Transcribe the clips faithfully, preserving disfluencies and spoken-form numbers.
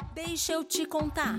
Deixa eu te contar.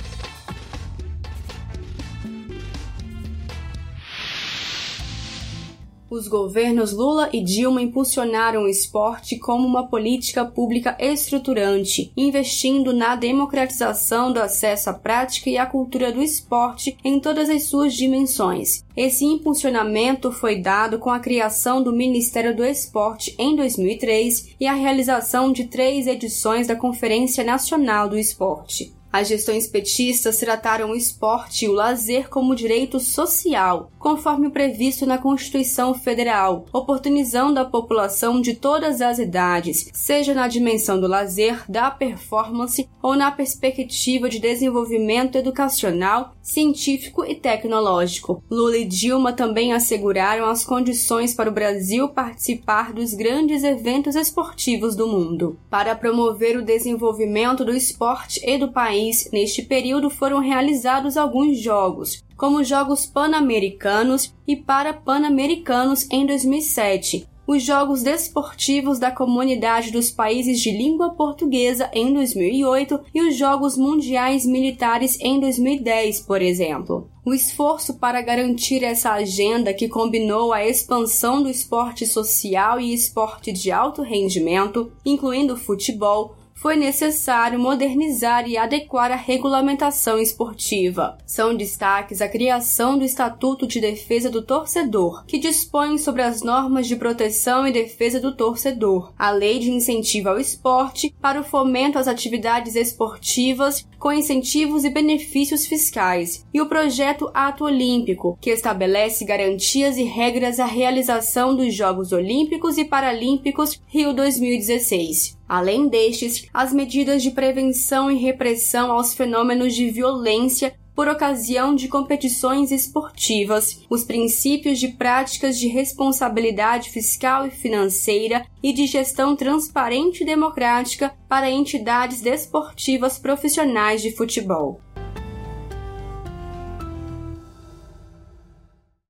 Os governos Lula e Dilma impulsionaram o esporte como uma política pública estruturante, investindo na democratização do acesso à prática e à cultura do esporte em todas as suas dimensões. Esse impulsionamento foi dado com a criação do Ministério do Esporte em dois mil e três e a realização de três edições da Conferência Nacional do Esporte. As gestões petistas trataram o esporte e o lazer como direito social, conforme o previsto na Constituição Federal, oportunizando a população de todas as idades, seja na dimensão do lazer, da performance ou na perspectiva de desenvolvimento educacional, científico e tecnológico. Lula e Dilma também asseguraram as condições para o Brasil participar dos grandes eventos esportivos do mundo. Para promover o desenvolvimento do esporte e do país, neste período foram realizados alguns jogos, como os Jogos Pan-Americanos e Para-Pan-Americanos em dois mil e sete, os Jogos Desportivos da Comunidade dos Países de Língua Portuguesa em dois mil e oito e os Jogos Mundiais Militares em dois mil e dez, por exemplo. O esforço para garantir essa agenda que combinou a expansão do esporte social e esporte de alto rendimento, incluindo o futebol, foi necessário modernizar e adequar a regulamentação esportiva. São destaques a criação do Estatuto de Defesa do Torcedor, que dispõe sobre as normas de proteção e defesa do torcedor, a Lei de Incentivo ao Esporte para o fomento às atividades esportivas com incentivos e benefícios fiscais, e o Projeto Ato Olímpico, que estabelece garantias e regras à realização dos Jogos Olímpicos e Paralímpicos Rio dois mil e dezesseis. Além destes, as medidas de prevenção e repressão aos fenômenos de violência por ocasião de competições esportivas, os princípios de práticas de responsabilidade fiscal e financeira e de gestão transparente e democrática para entidades desportivas profissionais de futebol.